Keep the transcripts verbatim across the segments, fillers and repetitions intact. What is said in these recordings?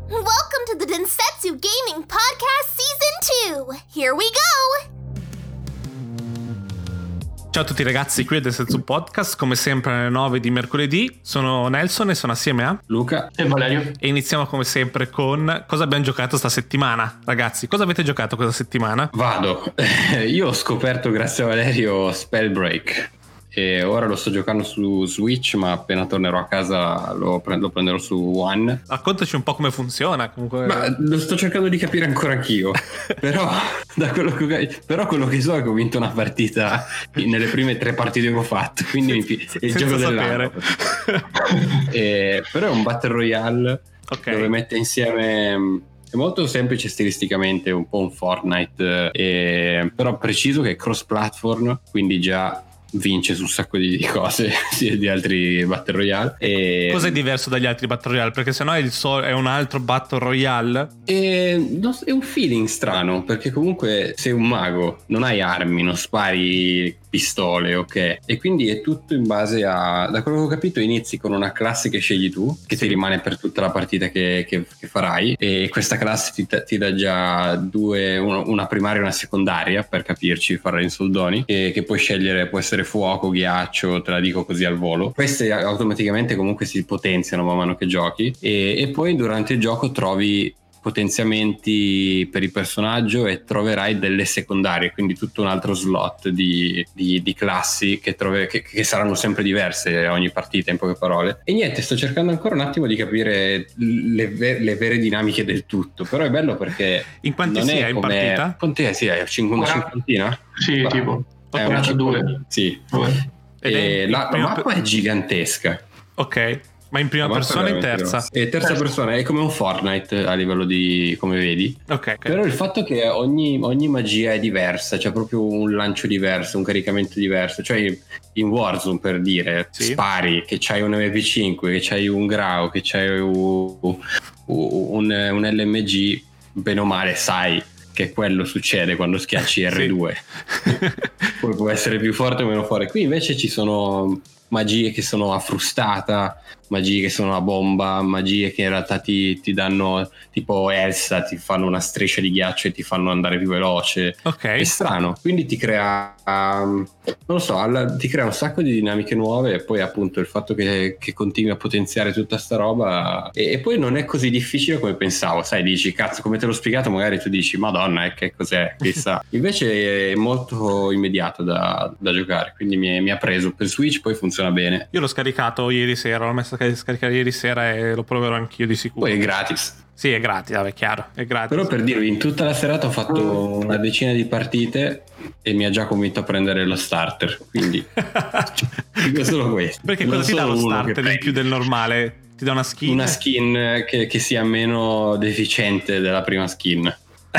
Welcome to the Densetsu Gaming Podcast Season two! Here we go! Ciao a tutti ragazzi, qui è Densetsu Podcast, come sempre alle nove di mercoledì. Sono Nelson e sono assieme a Luca e Valerio. E iniziamo come sempre con cosa abbiamo giocato sta settimana. Ragazzi, cosa avete giocato questa settimana? Vado, io ho scoperto grazie a Valerio Spellbreak e ora lo sto giocando su Switch, ma appena tornerò a casa lo, pre- lo prenderò su One. Raccontaci un po' come funziona. Comunque... Ma lo sto cercando di capire ancora anch'io. però, da quello che, però quello che so è che ho vinto una partita nelle prime tre partite che ho fatto, quindi mi pi- è il gioco dell'anno. e, però è un Battle Royale, okay, dove mette insieme... È molto semplice stilisticamente, un po' un Fortnite, eh, però preciso che è cross platform, quindi già vince su un sacco di cose sia di altri Battle Royale. E... Cos'è diverso dagli altri Battle Royale? Perché sennò è, il so- è un altro Battle Royale. E... No, è un feeling strano, perché comunque sei un mago, non hai armi, non spari pistole, ok? E quindi è tutto in base a, da quello che ho capito, inizi con una classe che scegli tu, che sì, ti rimane per tutta la partita che, che, che farai, e questa classe ti, ti dà già due, una, una primaria e una secondaria, per capirci, farla in soldoni, che, che puoi scegliere, può essere fuoco, ghiaccio, te la dico così al volo. Queste automaticamente comunque si potenziano man mano che giochi, e, e poi durante il gioco trovi potenziamenti per il personaggio e troverai delle secondarie, quindi tutto un altro slot di, di, di classi che, trove, che, che saranno sempre diverse ogni partita, in poche parole. E niente, sto cercando ancora un attimo di capire le, ver- le vere dinamiche del tutto, però è bello perché in quanti non si è è in come... partita? Quanti è? Sì, è una cinquantina? Sì, Qua. tipo è una cinquantina. Sì. E la, la mappa è gigantesca. Ok. Ma in prima persona o in terza? E terza persona, è come un Fortnite a livello di, come vedi. Okay, ok. Però il fatto che ogni, ogni magia è diversa, c'è proprio un lancio diverso, un caricamento diverso. Cioè in Warzone, per dire, sì, spari, che c'hai un M P cinque, che c'hai un Grau, che c'hai un, un, un L M G, bene o male sai che quello succede quando schiacci R due. Poi può essere più forte o meno forte. Qui invece ci sono magie che sono a frustata, magie che sono a bomba, magie che in realtà ti, ti danno, tipo Elsa, ti fanno una striscia di ghiaccio e ti fanno andare più veloce. Okay. È strano, quindi ti crea um, non lo so, alla, ti crea un sacco di dinamiche nuove, e poi appunto il fatto che, che continui a potenziare tutta sta roba, e, e poi non è così difficile come pensavo, sai, dici cazzo, come te l'ho spiegato, magari tu dici madonna, eh, che cos'è, chissà. Invece è molto immediato da, da giocare, quindi mi, è, mi ha preso per Switch, poi funziona bene. Io l'ho scaricato ieri sera, l'ho messo a scaricare ieri sera e lo proverò anch'io di sicuro. Poi è gratis. Sì, è gratis, vabbè, chiaro, è gratis. Però per dirvi, in tutta la serata ho fatto una decina di partite e mi ha già convinto a prendere lo starter, quindi dico solo questo. Perché cosa ti dà lo starter in più del normale? Ti dà una skin? Una skin che, che sia meno deficiente della prima skin.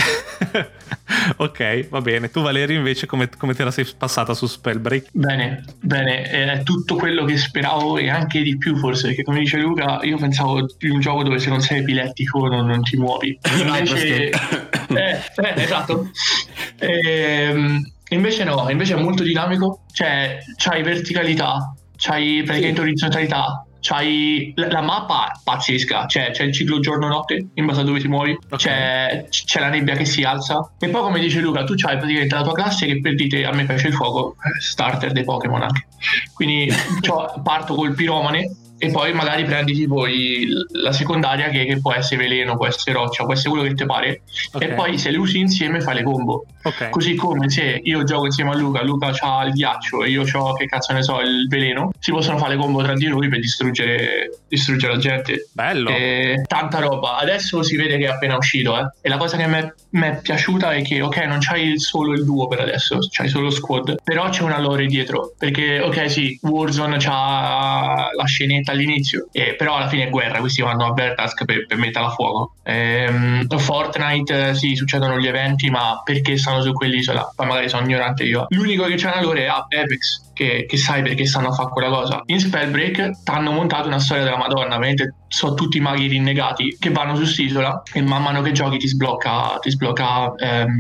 Ok, va bene. Tu Valerio invece come, come te la sei passata su Spellbreak? Bene, bene, è tutto quello che speravo e anche di più forse, perché come dice Luca io pensavo di un gioco dove se non sei epilettico non, non ti muovi. Invece eh, eh, esatto. E, invece no, invece è molto dinamico, cioè c'hai verticalità, c'hai praticamente sì, orizzontalità. C'hai la mappa pazzesca, cioè c'è il ciclo giorno-notte in base a dove ti muovi, okay, c'è, c'è la nebbia che si alza, e poi come dice Luca tu c'hai praticamente la tua classe che, per dite, a me piace il fuoco, starter dei Pokémon anche, quindi parto col piromane e poi magari prendi tipo il, la secondaria che, che può essere veleno, può essere roccia, può essere quello che ti pare, okay, e poi se le usi insieme fai le combo, okay, così come se io gioco insieme a Luca, Luca c'ha il ghiaccio e io c'ho, che cazzo ne so, il veleno, si possono fare le combo tra di noi per distruggere, distruggere la gente. Bello. E tanta roba. Adesso si vede che è appena uscito, eh. E la cosa che mi è piaciuta è che ok, non c'hai solo il duo per adesso, c'hai solo lo squad, però c'è una lore dietro, perché ok sì, Warzone c'ha la scenetta all'inizio, eh, però alla fine è guerra, questi vanno a Vertask per, per metterla a fuoco. ehm, Fortnite sì, succedono gli eventi, ma perché stanno su quell'isola? Poi magari sono ignorante io. L'unico che c'è una lore è Apex, che, che sai perché stanno a fare quella cosa. In Spellbreak t'hanno montato una storia della Madonna, veramente sono tutti maghi rinnegati che vanno su quest'isola e man mano che giochi ti sblocca ti sblocca ehm,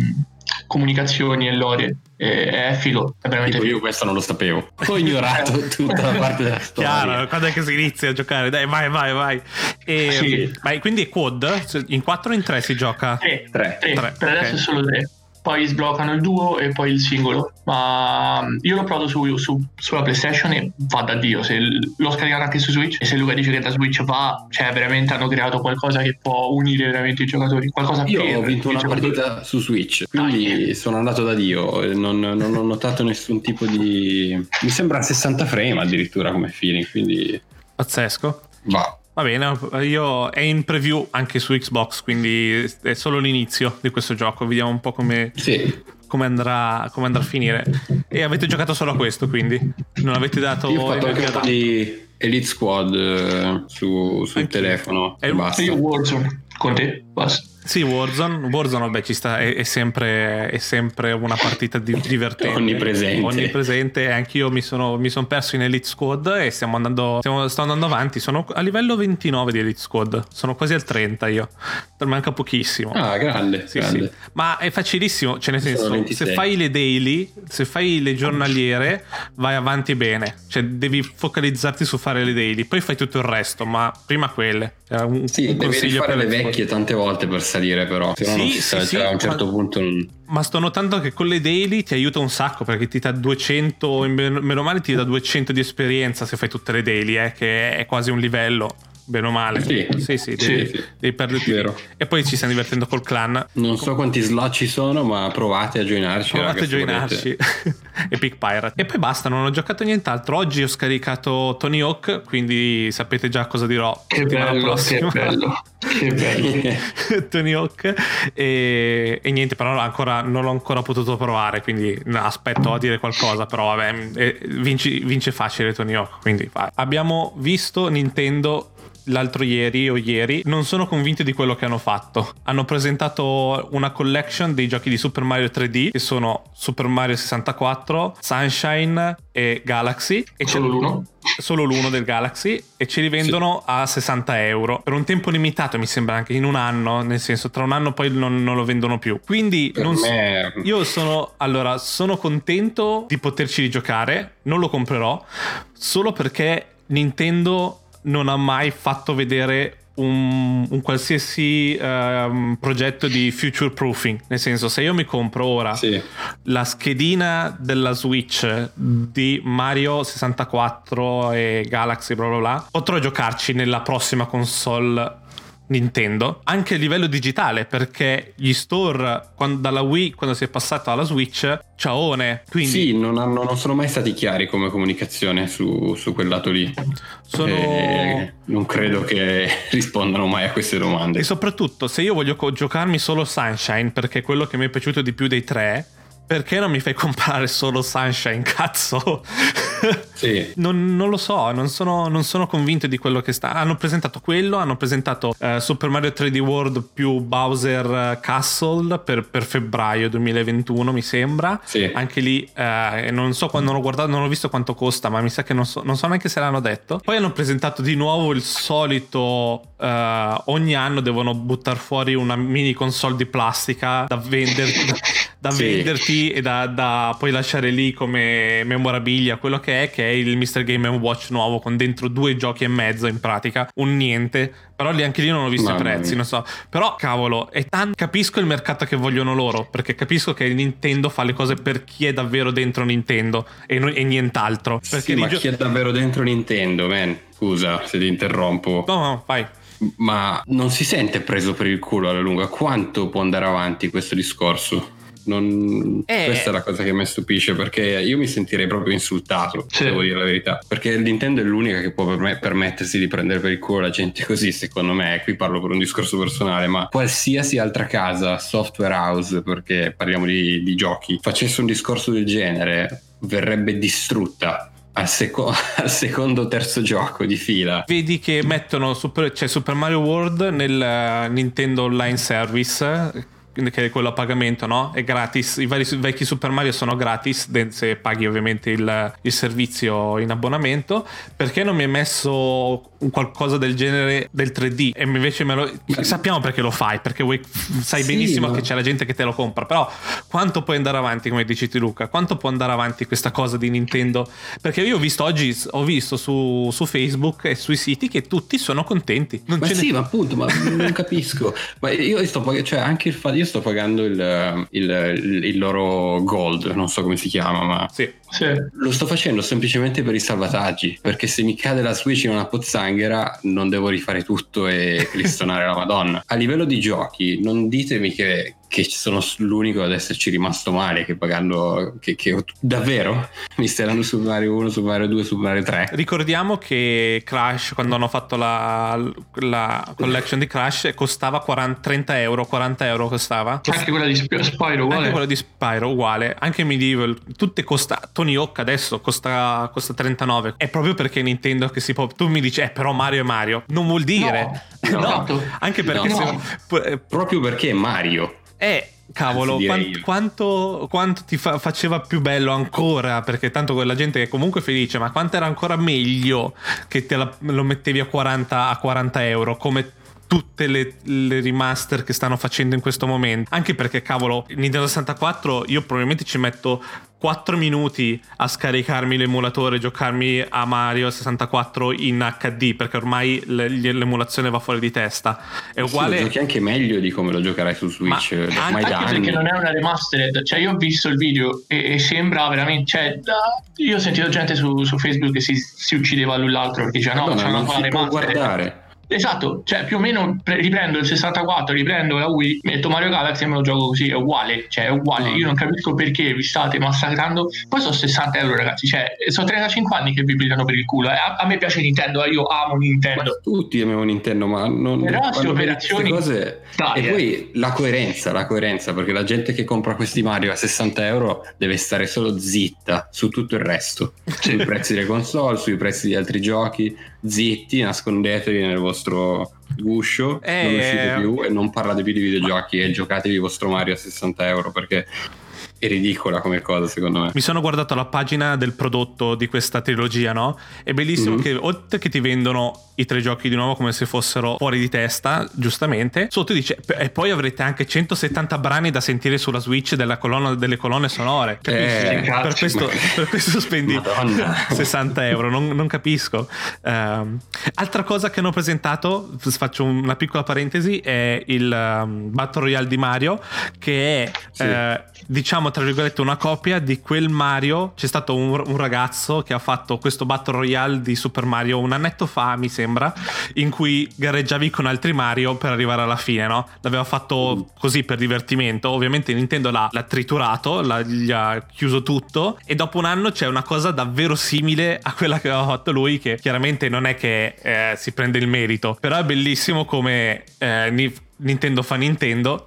comunicazioni e lore. È figo, è veramente tipo figo. Io questo non lo sapevo, ho ignorato tutta la parte della storia. Chiaro, quando è che si inizia a giocare? Dai, vai, vai, vai. E, Sì. vai, quindi è quad? In quattro o in tre si gioca? Tre, Tre. tre. Tre, Per adesso ok. è solo tre. Poi sbloccano il duo e poi il singolo. Ma io l'ho provato su, su, sulla PlayStation e va da Dio. Se l- l'ho scaricato anche su Switch, e se Luca dice che da Switch va, cioè veramente hanno creato qualcosa che può unire veramente i giocatori. Qualcosa Io per ho vinto i una giocatori. partita su Switch, quindi Dai. sono andato da Dio, non, non ho notato nessun tipo di... Mi sembra sessanta frame addirittura come feeling, quindi Pazzesco. va. Va bene, io è in preview anche su Xbox, quindi è solo l'inizio di questo gioco. Vediamo un po' come, Sì, come andrà, come andrà a finire. E avete giocato solo a questo, quindi non avete dato io ho fatto anche energia un po' di Elite Squad eh, su, sul Anch'io. telefono È e un- basta. Io Warzone con te, basta. Sì, Warzone, Warzone vabbè ci sta, è, è sempre, è sempre una partita di- divertente, Onnipresente. onnipresente, e anch'io mi sono, mi sono perso in Elite Squad e stiamo andando, stiamo, sto andando avanti, sono a livello ventinove di Elite Squad, sono quasi al trenta io, manca pochissimo. Ah, grande, Sì, grande. sì. Ma è facilissimo, cioè nel Sono senso, ventisei. se fai le daily, se fai le giornaliere, vai avanti bene, cioè devi focalizzarti su fare le daily, poi fai tutto il resto, ma prima quelle. Cioè, un, Sì, un devi consiglio rifare per le le vecchie tante volte per salire, però se no Sì, non si sì, sa, sì, cioè, a un certo ma- punto non... Ma sto notando che con le daily ti aiuta un sacco, perché ti dà duecento, in ben- meno male ti dà duecento di esperienza se fai tutte le daily, eh, che è quasi un livello, bene o male. Sì. sì, sì, Sì, devi, sì. devi perderti. Vero. E poi ci stiamo divertendo col clan. Non so quanti slot ci sono, ma provate a joinarci. Provate raga, a se joinarci. Epic Pirate. E poi basta, non ho giocato nient'altro. Oggi ho scaricato Tony Hawk, quindi sapete già cosa dirò Che settimana bello, che prossima. bello, che bello. volete. Tony Hawk e, e niente, però ancora, non l'ho ancora potuto provare, quindi no, aspetto a dire qualcosa, però vabbè, eh, vinci- vince facile Tony Hawk, quindi vai. Abbiamo visto Nintendo l'altro ieri o ieri, non sono convinto di quello che hanno fatto. Hanno presentato una collection dei giochi di Super Mario tre D, che sono Super Mario sessantaquattro, Sunshine e Galaxy, e Solo c'è- l'uno? solo l'uno del Galaxy, e ce li vendono a sessanta euro per un tempo limitato, mi sembra anche in un anno, nel senso tra un anno poi non, non lo vendono più, quindi Per non so- me- io sono allora sono contento di poterci rigiocare, non lo comprerò solo perché Nintendo non ha mai fatto vedere un, un qualsiasi ehm, progetto di future proofing, nel senso, se io mi compro ora Sì. la schedina della Switch di Mario sessantaquattro e Galaxy bla bla bla, potrò giocarci nella prossima console Nintendo anche a livello digitale, perché gli store quando, dalla Wii quando si è passato alla Switch, ciaone, quindi Sì, non, hanno- non sono mai stati chiari come comunicazione su, su quel lato lì. sono E non credo che rispondano mai a queste domande. e soprattutto se io voglio co- giocarmi solo Sunshine, perché è quello che mi è piaciuto di più dei tre, perché non mi fai comprare solo Sunshine, cazzo? Sì. Non, non lo so, non sono, non sono convinto di quello che sta. Hanno presentato quello, hanno presentato eh, Super Mario tre D World più Bowser Castle per, per febbraio duemilaventuno, mi sembra. Sì. Anche lì, eh, non so quando l'ho guardato, non ho visto quanto costa, ma mi sa che non so, non so neanche se l'hanno detto. Poi hanno presentato di nuovo il solito. eh, ogni anno devono buttare fuori una mini console di plastica da venderti. da, da Sì. venderti e da, da poi lasciare lì come memorabilia quello che è, che è il mister Game and Watch nuovo con dentro due giochi e mezzo, in pratica un niente, però lì anche lì non ho visto Mamma i prezzi, mia. non so, però cavolo, è tan- capisco il mercato che vogliono loro, perché capisco che Nintendo fa le cose per chi è davvero dentro Nintendo e, no- e nient'altro, perché Sì, ma rigio- chi è davvero dentro Nintendo, man? Scusa se ti interrompo. no no vai. Ma non si sente preso per il culo alla lunga. Quanto può andare avanti questo discorso? Non... Eh. Questa è la cosa che mi stupisce, perché io mi sentirei proprio insultato, Sì. devo dire la verità, perché Nintendo è l'unica che può perme- permettersi di prendere per il culo la gente così, secondo me. Qui parlo per un discorso personale, ma qualsiasi altra casa, software house, perché parliamo di, di giochi, facesse un discorso del genere, verrebbe distrutta al, seco- al secondo o terzo gioco di fila. Vedi che mettono Super, c'è Super Mario World nel eh, Nintendo Online Service, che è quello a pagamento, no? È gratis, i vari vecchi Super Mario sono gratis se paghi ovviamente il, il servizio in abbonamento. Perché non mi hai messo qualcosa del genere del tre D? E invece me lo sappiamo perché lo fai, perché vuoi, sai sì, benissimo ma... che c'è la gente che te lo compra, però quanto puoi andare avanti, come dici tu Luca, quanto può andare avanti questa cosa di Nintendo? Perché io ho visto oggi, ho visto su, su Facebook e sui siti che tutti sono contenti. Non ma ce sì, ne... ma appunto, ma non capisco. Ma io sto pagando, cioè anche il fatto, io sto pagando il, il, il loro Gold, non so come si chiama, ma sì. Sì. Lo sto facendo semplicemente per i salvataggi, perché se mi cade la Switch in una pozzanghera non devo rifare tutto e clistonare la Madonna. A livello di giochi non ditemi che, che sono l'unico ad esserci rimasto male, che pagando che, che davvero mi stai dando Super Mario uno, Super Mario due, Super Mario tre. Ricordiamo che Crash, quando hanno fatto la, la collection di Crash, costava quaranta, trenta euro, quaranta euro costava. Anche quella di Spyro uguale. Anche quella di Spyro uguale. Anche Medieval, tutte costa. Tony Hawk adesso costa, costa trentanove. È proprio perché Nintendo che si può. Tu mi dici, eh, però Mario è Mario. Non vuol dire. No, no, no. Anche perché no, se, no. Proprio perché è Mario. Eh, cavolo, quant, quanto, quanto ti fa, faceva più bello ancora, perché tanto quella gente è comunque felice, ma quanto era ancora meglio che te la, lo mettevi a quaranta, a quaranta euro, come tutte le, le remaster che stanno facendo in questo momento. Anche perché, cavolo, Nintendo sessantaquattro io probabilmente ci metto quattro minuti a scaricarmi l'emulatore e giocarmi a Mario sessantaquattro in acca di, perché ormai l'emulazione va fuori di testa. È uguale. Sì, lo giochi anche meglio di come lo giocherai su Switch. Ma ormai anche da perché anni. non è una remastered, cioè io ho visto il video e, e sembra veramente, cioè, da, io ho sentito gente su, su Facebook che si, si uccideva l'un l'altro perché diceva no, Madonna, facciamo non una si può remastered. guardare. Esatto, cioè più o meno pre- riprendo il sessantaquattro, riprendo la Wii, metto Mario Galaxy e me lo gioco così, è uguale, cioè è uguale. No. Io non capisco perché vi state massacrando. Poi sono sessanta euro, ragazzi, cioè sono trentacinque anni che vi brillano per il culo. Eh. A, a me piace Nintendo, io amo Nintendo. Ma tutti amiamo Nintendo, ma non Però queste quando vedi operazioni queste cose. dai, E eh. poi la coerenza, la coerenza, perché la gente che compra questi Mario a sessanta euro deve stare solo zitta su tutto il resto, sui prezzi delle console, sui prezzi di altri giochi, zitti, nascondetevi nel vostro guscio, eh, non uscite più e non parlate più di videogiochi e giocatevi il vostro Mario a sessanta euro, perché è ridicola come cosa, secondo me. Mi sono guardato la pagina del prodotto di questa trilogia, no? È bellissimo mm-hmm. che oltre che ti vendono i tre giochi di nuovo come se fossero fuori di testa, giustamente, sotto dice e poi avrete anche centosettanta brani da sentire sulla Switch della colonna, delle colonne sonore. Capisci? Eh, per, questo, per questo spendi Madonna. sessanta euro, non, non capisco. Um, altra cosa che hanno presentato, faccio una piccola parentesi, è il um, Battle Royale di Mario, che è sì. eh, diciamo tra virgolette una copia di quel Mario. C'è stato un, un ragazzo che ha fatto questo Battle Royale di Super Mario un annetto fa, mi sembra, in cui gareggiavi con altri Mario per arrivare alla fine, no? L'aveva fatto così per divertimento. Ovviamente Nintendo l'ha, l'ha triturato, l'ha, gli ha chiuso tutto, e dopo un anno c'è una cosa davvero simile a quella che aveva fatto lui, che chiaramente non è che eh, si prende il merito, però è bellissimo come eh, Nintendo fa Nintendo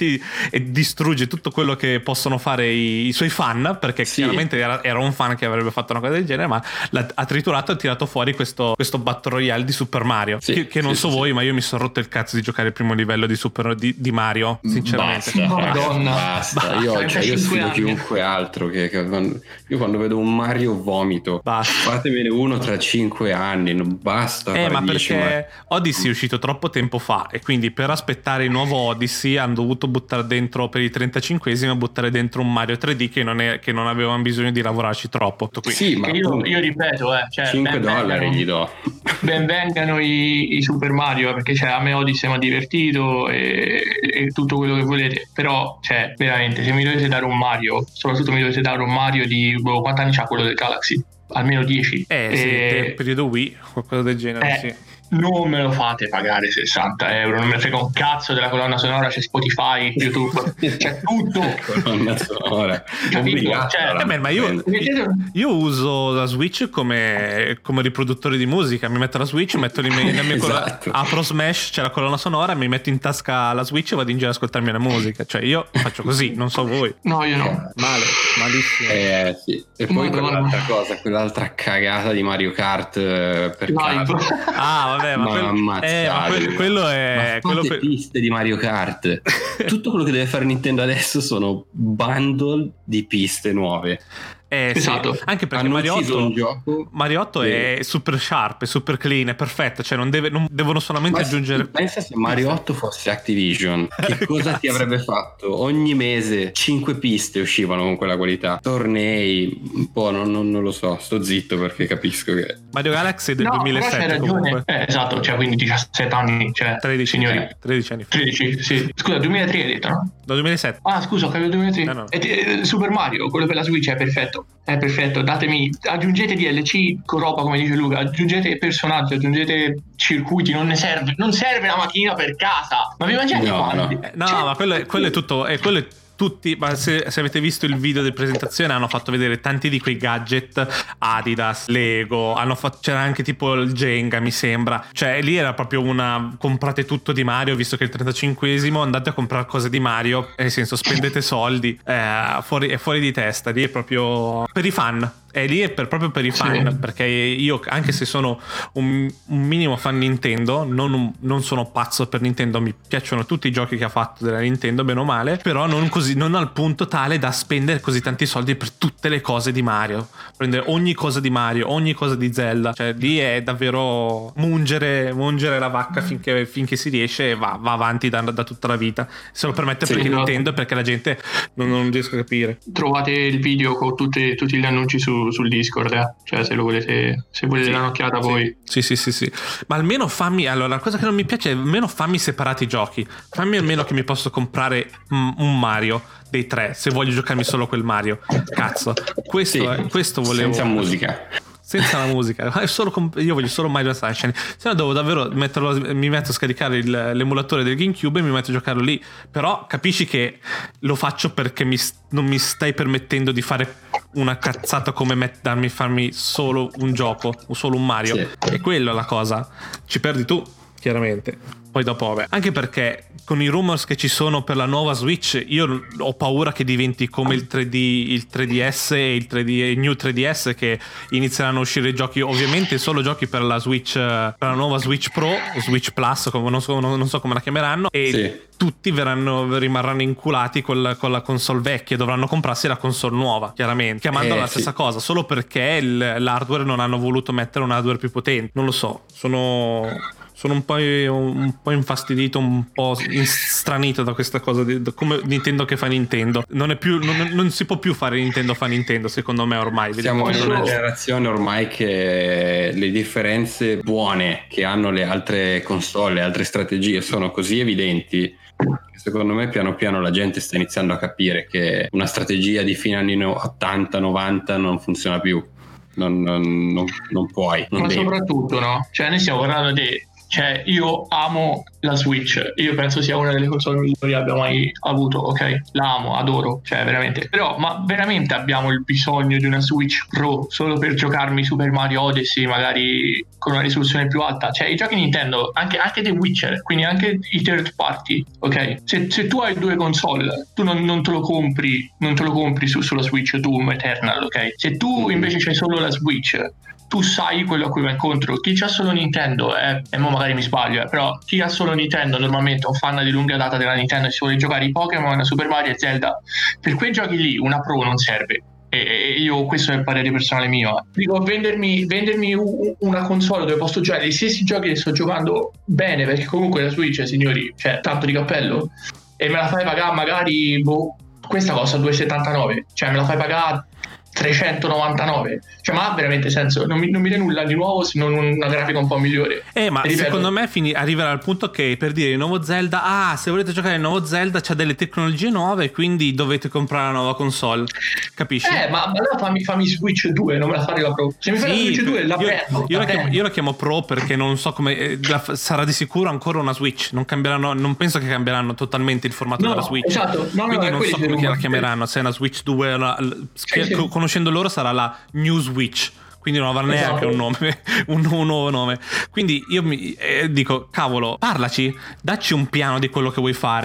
e distrugge tutto quello che possono fare i, i suoi fan, perché sì. chiaramente era, era un fan che avrebbe fatto una cosa del genere, ma l'ha, ha triturato e ha tirato fuori questo, questo Battle Royale di Super Mario, sì, che, che non sì, so sì, voi sì. ma io mi sono rotto il cazzo di giocare il primo livello di, Super, di, di Mario, sinceramente. Basta, Madonna, basta, basta. Io, cioè, io sfido chiunque altro che, che quando, io quando vedo un Mario vomito. Basta. Fatemene uno tra cinque anni, non basta. Eh ma dieci, perché ma... Odyssey è uscito troppo tempo fa e quindi per aspettare il nuovo Odyssey hanno dovuto buttare dentro, per i trentacinquesimi, buttare dentro un Mario tre D che non, è, che non avevano bisogno di lavorarci troppo. Sì, ma io, io ripeto, eh, cioè, cinque dollari gli do. Ben vengano i, i Super Mario, perché cioè, a me Odyssey mi ha divertito e, e tutto quello che volete, però cioè, veramente se mi dovete dare un Mario, soprattutto mi dovete dare un Mario di boh, quanti anni c'ha quello del Galaxy? Almeno dieci. Eh e... sì, del periodo Wii, qualcosa del genere, eh, sì. Non me lo fate pagare sessanta euro, non me ne frega un cazzo della colonna sonora, c'è Spotify, YouTube, c'è tutto. Colonna sonora. Cioè, eh beh, ma io, io uso la Switch come, come riproduttore di musica. Mi metto la Switch, metto le mie, le mie esatto. colonna, apro Smash, c'è la colonna sonora, mi metto in tasca la Switch e vado in giro ad ascoltarmi la musica. Cioè io faccio così, non so voi. No, io no. Male, malissimo. Eh, sì. E poi quell'altra cosa, quell'altra cagata di Mario Kart. Per ah, vabbè, ma, ma quello, eh, ma quello, quello è ma quello per... piste di Mario Kart. Tutto quello che deve fare Nintendo adesso sono bundle di piste nuove. Eh, esatto. Sì. Anche perché Hanno Mario ucciso otto, un gioco Mario otto che- è super sharp, è super clean, è perfetto, cioè non, deve, non devono solamente Ma aggiungere... sì, pensa se Mario otto fosse Activision, che cosa ti Cazzo. avrebbe fatto? Ogni mese cinque piste uscivano con quella qualità, tornei, un po' non, non- non lo so, sto zitto perché capisco che Mario Galaxy è del No, però c'hai duemilasette ragione. comunque. Eh, esatto, cioè quindi diciassette anni, cioè tredici, signori. eh, tredici anni fa. tredici, sì. Scusa, duemilatré hai detto, no? Dal duemilasette. Ah, scusa, ho capito duemilatré. No, no. E ti- eh, Super Mario, quello per la Switch è perfetto. È perfetto. Datemi, aggiungete D L C con roba come dice Luca, aggiungete personaggi, aggiungete circuiti, non ne serve. Non serve la macchina per casa. Ma vi immaginate No, quanti? no. Eh, no, Cioè, ma quello è, quello è tutto. È, quello è tutti. Ma se, se avete visto il video di presentazione, hanno fatto vedere tanti di quei gadget Adidas, Lego. Hanno fatto, c'era anche tipo il Jenga, mi sembra. Cioè, lì era proprio una. Comprate tutto di Mario, visto che è il trentacinquesimo. Andate a comprare cose di Mario. Nel senso, spendete soldi. Eh, fuori, è fuori di testa. Lì è proprio per i fan. E lì è per, proprio per i fan, Sì. perché io, anche se sono un, un minimo fan Nintendo, non, un- non sono pazzo per Nintendo, mi piacciono tutti i giochi che ha fatto della Nintendo, bene o male, però non, così, non al punto tale da spendere così tanti soldi per tutte le cose di Mario, prendere ogni cosa di Mario, ogni cosa di Zelda, cioè lì è davvero mungere, mungere la vacca finché, finché si riesce e va, va avanti da, da tutta la vita, se lo permette Sì, perché esatto. Nintendo e perché la gente non, non riesco a capire. Trovate il video con tutti, tutti gli annunci su, sul Discord, eh. Cioè se lo volete, se volete Sì, dare un'occhiata sì. voi. Sì, sì, sì, sì. Ma almeno fammi. Allora, la cosa che non mi piace è almeno fammi separati i giochi. Fammi almeno che mi posso comprare mm, un Mario dei tre se voglio giocarmi solo quel Mario. Cazzo. Questo, sì, è- questo volevo. senza musica. Senza la musica. È solo comp- io voglio solo Mario Sunshine. Se no devo davvero metterlo. Mi metto a scaricare il- l'emulatore del GameCube e mi metto a giocarlo lì. Però capisci che lo faccio perché mi s- non mi stai permettendo di fare una cazzata come met- darmi farmi solo un gioco o solo un Mario. Sì. E quella è la cosa. Ci perdi tu, chiaramente. Poi dopo vabbè. Anche perché con i rumors che ci sono per la nuova Switch, io ho paura che diventi come il tre D, il tre D S e il, tre D, il New tre D S, che inizieranno a uscire giochi, ovviamente solo giochi per la Switch, eh, per la nuova Switch Pro o Switch Plus, come non so, non so come la chiameranno, e Sì. tutti verranno, rimarranno inculati col- con la console vecchia, dovranno comprarsi la console nuova, chiaramente, chiamandola Eh, la stessa sì. cosa, solo perché il- l'hardware non hanno voluto mettere un hardware più potente. Non lo so, sono... Sono un po', un po' infastidito, un po' stranito da questa cosa di, da come Nintendo che fa Nintendo. Non è più, non, non si può più fare Nintendo fa Nintendo, secondo me ormai. Siamo in Questo- una generazione ormai che le differenze buone che hanno le altre console, le altre strategie sono così evidenti che secondo me piano piano la gente sta iniziando a capire che una strategia di fine anni ottanta novanta non funziona più. Non, non- non- non puoi, non Ma devi. soprattutto, no? Cioè noi stiamo parlando di... Cioè io amo la Switch, io penso sia una delle console migliori che abbia mai avuto, ok? La amo, adoro, cioè veramente. Però, ma veramente abbiamo il bisogno di una Switch Pro solo per giocarmi Super Mario Odyssey, magari con una risoluzione più alta? Cioè i giochi Nintendo, anche, anche The Witcher, quindi anche i third party, ok? Se, se tu hai due console, tu non, non te lo compri, non te lo compri su, sulla Switch Doom Eternal, ok? Se tu invece c'hai solo la Switch, tu sai quello a cui va incontro. Chi c'ha solo Nintendo, eh, e mo magari mi sbaglio, eh, però chi ha solo Nintendo normalmente è un fan di lunga data della Nintendo e si vuole giocare i Pokémon, Super Mario e Zelda. Per quei giochi lì una Pro non serve. E e io, questo è il parere personale mio, eh. Dico, vendermi, vendermi u- una console dove posso giocare gli stessi giochi che sto giocando bene, perché comunque la Switch, signori, cioè tanto di cappello, e me la fai pagare magari, boh, questa costa duecentosettantanove, cioè me la fai pagare trecentonovantanove, cioè ma ha veramente senso? Non mi, non mi dà nulla di nuovo se non una grafica un po' migliore. Eh, ma E ripeto, secondo me fini- arriverà al punto che per dire il nuovo Zelda, ah, se volete giocare il nuovo Zelda c'ha delle tecnologie nuove, quindi dovete comprare la nuova console. Capisci? Eh, ma, ma allora fammi, fammi Switch due, non me la fare la Pro. Se mi fai la Switch due, la io, prendo. io la la chiamo, prendo. io la chiamo Pro perché non so come eh, la- sarà di sicuro ancora una Switch. Non cambieranno, non penso che cambieranno totalmente il formato No, della Switch. esatto. No, no, quindi è non quelli so che come che la devo- chiameranno. Se è una Switch due, o una- l- Sì, che- sì. conoscendo loro sarà la New Switch. Quindi non avrà neanche Esatto. un nome, un, un nuovo nome. Quindi io mi eh, dico, cavolo, parlaci, dacci un piano di quello che vuoi fare.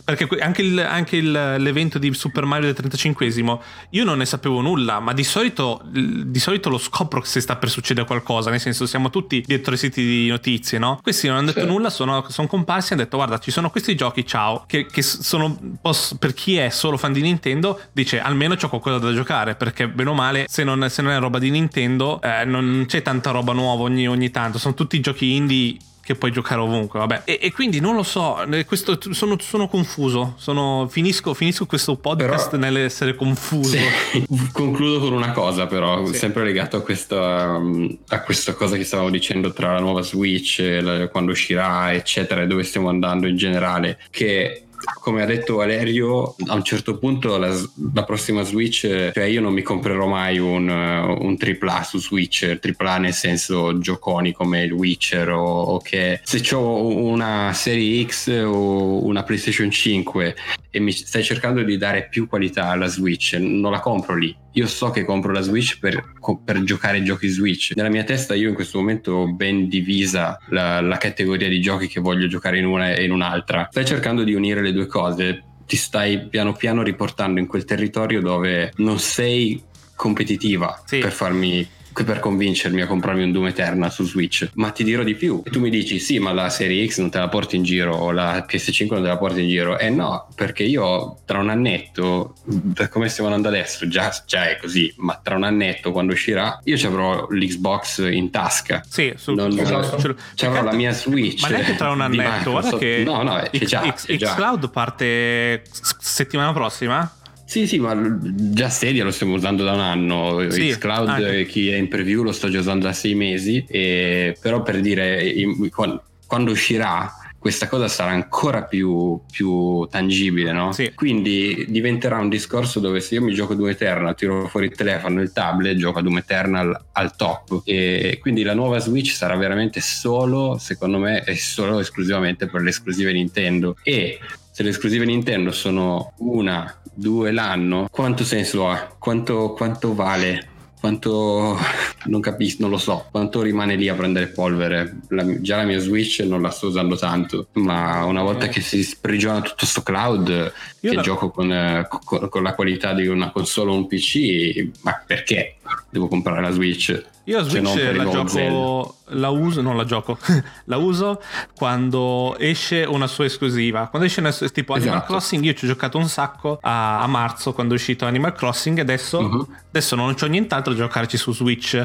perché anche, il, anche il, l'evento di Super Mario del trentacinquesimo io non ne sapevo nulla, ma di solito di solito lo scopro se sta per succedere qualcosa, nel senso siamo tutti dietro i siti di notizie, no? Questi non hanno detto sì. nulla, sono, sono comparsi e hanno detto guarda ci sono questi giochi, ciao, che, che sono per chi è solo fan di Nintendo dice almeno c'ho qualcosa da giocare, perché bene o male se non, se non è roba di Nintendo eh, non c'è tanta roba nuova ogni, ogni tanto, sono tutti giochi indie che puoi giocare ovunque, vabbè. E, e quindi non lo so, questo, sono, sono confuso, sono, finisco, finisco questo podcast però, nell'essere confuso. Sì. Concludo con una cosa però, sì. sempre legato a questa, a questa cosa che stavamo dicendo tra la nuova Switch, la, quando uscirà, eccetera, e dove stiamo andando in generale, che come ha detto Valerio, a un certo punto la, la prossima Switch, cioè io non mi comprerò mai un, un tripla A su Switch, tripla A nel senso gioconi come il Witcher o, o che se c'ho una serie X o una PlayStation cinque e mi stai cercando di dare più qualità alla Switch, non la compro lì. Io so che compro la Switch per, per giocare giochi Switch. Nella mia testa io in questo momento ho ben divisa la, la categoria di giochi che voglio giocare in una e in un'altra. Stai cercando di unire le due cose, ti stai piano piano riportando in quel territorio dove non sei competitiva sì. per farmi per convincermi a comprarmi un Doom Eternal su Switch. Ma ti dirò di più, e tu mi dici sì ma la serie X non te la porti in giro o la P S cinque non te la porti in giro, e eh no, perché io tra un annetto, per come stiamo andando adesso già, già è così, ma tra un annetto quando uscirà io ci avrò l'Xbox in tasca, sì, sul, non, esatto. ci avrò la mia Switch, ma neanche tra un annetto, guarda che no no c'è già, X, Xcloud parte settimana prossima. Sì, sì, ma già Stadia lo stiamo usando da un anno, sì, Xcloud anche. Chi è in preview lo sto già usando da sei mesi, e però per dire quando, quando uscirà questa cosa sarà ancora più, più tangibile, no? Sì. Quindi diventerà un discorso dove se io mi gioco Doom Eternal, tiro fuori il telefono e il tablet, gioco a Doom Eternal al top, e quindi la nuova Switch sarà veramente solo, secondo me, è solo esclusivamente per le esclusive Nintendo, e se le esclusive Nintendo sono una, due l'anno, quanto senso ha? Quanto, quanto vale? Quanto non capisco, non lo so, quanto rimane lì a prendere polvere. La, già la mia Switch non la sto usando tanto, ma una volta che si sprigiona tutto sto cloud, io che la... gioco con, con, con la qualità di una console o un P C, ma perché devo comprare la Switch? Io la Switch la gioco, Zelda. la uso, non la gioco, la uso quando esce una sua esclusiva. Quando esce una sua, tipo Animal esatto. Crossing, io ci ho giocato un sacco a, a marzo quando è uscito Animal Crossing, e adesso, uh-huh. adesso non c'ho nient'altro da giocarci su Switch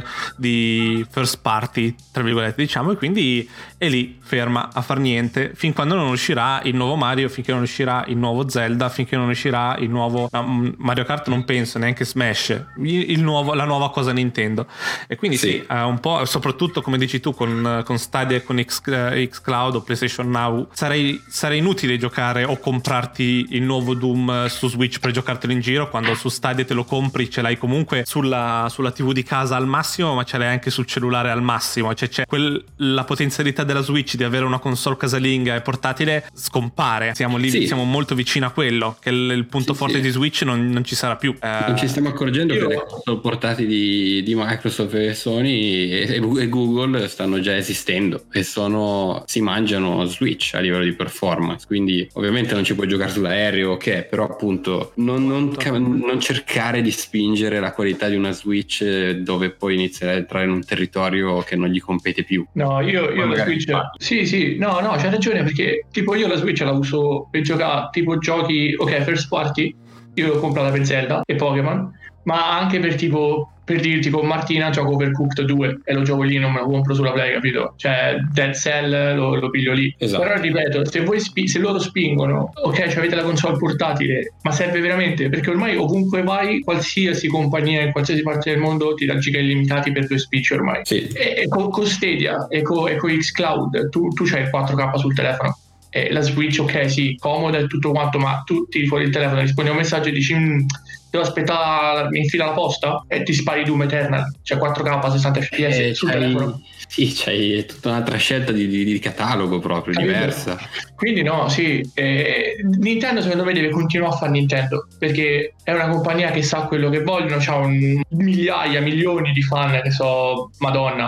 di first party, tra virgolette, diciamo, e quindi è lì ferma a far niente fin quando non uscirà il nuovo Mario, finché non uscirà il nuovo Zelda, finché non uscirà il nuovo no, Mario Kart, non penso neanche Smash, il, il nuovo, la nuova cosa Nintendo. E quindi sì, sì uh, un po', soprattutto come dici tu con, con Stadia e con X, uh, Xcloud o PlayStation Now, sarei, sarei inutile giocare o comprarti il nuovo Doom su Switch per giocartelo in giro, quando su Stadia te lo compri, ce l'hai comunque sulla, sulla tivù di casa al massimo, ma ce l'hai anche sul cellulare al massimo, cioè c'è quel, la potenzialità della Switch di avere una console casalinga e portatile scompare, siamo lì, sì. siamo molto vicini a quello, che il, il punto sì, forte sì. di Switch non, non ci sarà più. Non uh, ci stiamo accorgendo io... che le console portatili di, di Microsoft e Sony e, e Google stanno già esistendo e sono si mangiano Switch a livello di performance, quindi ovviamente non ci puoi giocare sull'aereo, ok, però appunto non, non, non cercare di spingere la qualità di una Switch dove poi inizierai a entrare in un territorio che non gli compete più. No, io, io la Switch sì sì no no c'hai ragione, perché tipo io la Switch la uso per giocare tipo giochi, ok, first party, io l'ho comprata per Zelda e Pokémon, ma anche per tipo, per dirti, con Martina gioco per Cooked due e lo gioco lì, non me lo compro sulla Play, capito? Cioè Dead Cell lo, lo piglio lì. Esatto. Però ripeto, se voi spi- se loro spingono, ok, cioè avete la console portatile, ma serve veramente? Perché ormai ovunque vai, qualsiasi compagnia in qualsiasi parte del mondo ti dà giga illimitati per due spicci ormai. Sì. E, e con, con Stadia e con, e con Xcloud tu, tu c'hai il quattro K sul telefono. E la Switch, ok, sì, comoda e tutto quanto, ma tu tiri fuori il telefono, rispondi a un messaggio e dici devo aspettare, mi infila la posta e ti spari Doom Eternal, cioè quattro K sessanta F P S eh, sul telefono. Sì, c'hai tutta un'altra scelta di, di, di catalogo proprio, capito? Diversa. Quindi no, sì, eh, Nintendo secondo me deve continuare a fare Nintendo, perché è una compagnia che sa quello che vogliono, c'ha un, migliaia, milioni di fan che so, Madonna.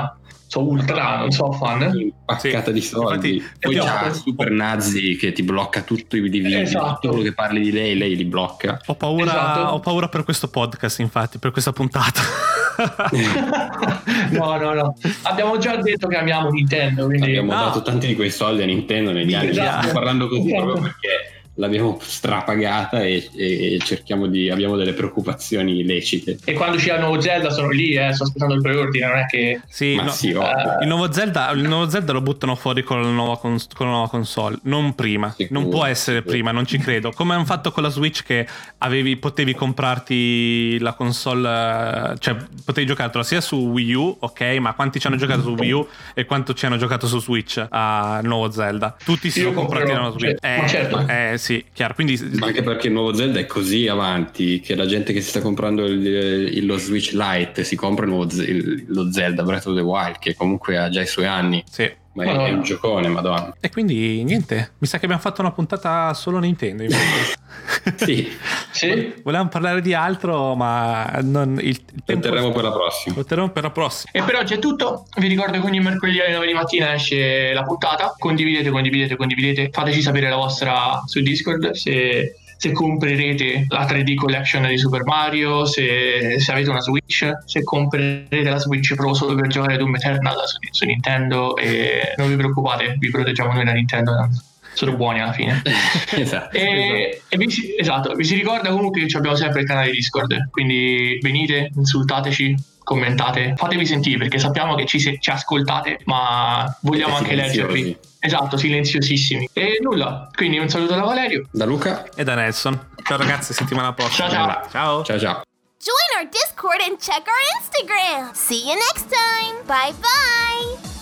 so ultra, non so fan. Impaccata sì, di soldi. Infatti, poi c'ha super nazi che ti blocca tutto i video, esatto. Tutto quello che parli di lei, lei li blocca. Ho paura, esatto. ho paura per questo podcast, infatti, per questa puntata. no, no, no. Abbiamo già detto che amiamo Nintendo, quindi... Abbiamo no. dato tanti di quei soldi a Nintendo negli anni. Esatto. Stiamo parlando così esatto. proprio perché l'abbiamo strapagata e, e cerchiamo di abbiamo delle preoccupazioni lecite. E quando uscirà il nuovo Zelda sono lì, eh, sto aspettando il preordine, non è che sì, ma no, sì uh, il nuovo Zelda il nuovo Zelda lo buttano fuori con la nuova, cons- con la nuova console, non prima. Sicuro, non può essere sicuro. Prima, non ci credo. Come hanno fatto con la Switch, che avevi potevi comprarti la console, cioè potevi giocartela sia su Wii U, ok, ma quanti ci hanno giocato su Wii U e quanto ci hanno giocato su Switch a nuovo Zelda? Tutti si Io sono comprati la Switch. Cioè, eh, certo. eh sì, chiaro. Quindi ma anche perché il nuovo Zelda è così avanti che la gente che si sta comprando il, il, lo Switch Lite si compra il nuovo, il, lo Zelda Breath of the Wild, che comunque ha già i suoi anni. Sì. Ma è, è un giocone, madonna. E quindi niente, mi sa che abbiamo fatto una puntata solo Nintendo. sì. sì. Volevamo parlare di altro, ma non, il, il lo terremo per la prossima. Lo terremo per la prossima. E per oggi è tutto. Vi ricordo che ogni mercoledì alle nove di mattina esce la puntata. Condividete, condividete, condividete. Fateci sapere la vostra su Discord se... se comprerete la tre D Collection di Super Mario, se, se avete una Switch, se comprerete la Switch Pro solo per giocare Doom Eternal su, su Nintendo, e non vi preoccupate, vi proteggiamo noi da Nintendo, sono buoni alla fine. esatto, e, esatto. E vi, si, esatto, vi si ricorda comunque che abbiamo sempre il canale Discord, quindi venite, insultateci, commentate, fatevi sentire, perché sappiamo che ci, se, ci ascoltate, ma vogliamo anche leggervi. Esatto, silenziosissimi. E nulla, quindi un saluto da Valerio, da Luca e da Nelson. Ciao ragazzi, settimana prossima. Ciao ciao. Ciao. Ciao ciao. Join our Discord and check our Instagram. See you next time. Bye bye.